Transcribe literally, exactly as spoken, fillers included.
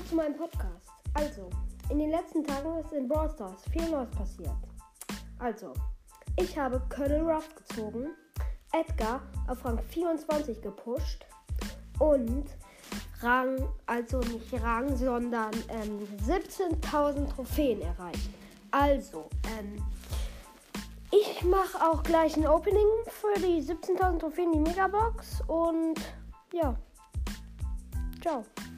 zu meinem Podcast. Also, in den letzten Tagen ist in Brawl Stars viel Neues passiert. Also, ich habe Colonel Ruff gezogen, Edgar auf Rang vierundzwanzig gepusht und Rang, also nicht Rang, sondern ähm, siebzehntausend Trophäen erreicht. Also, ähm, ich mache auch gleich ein Opening für die siebzehntausend Trophäen, die Megabox und ja, ciao.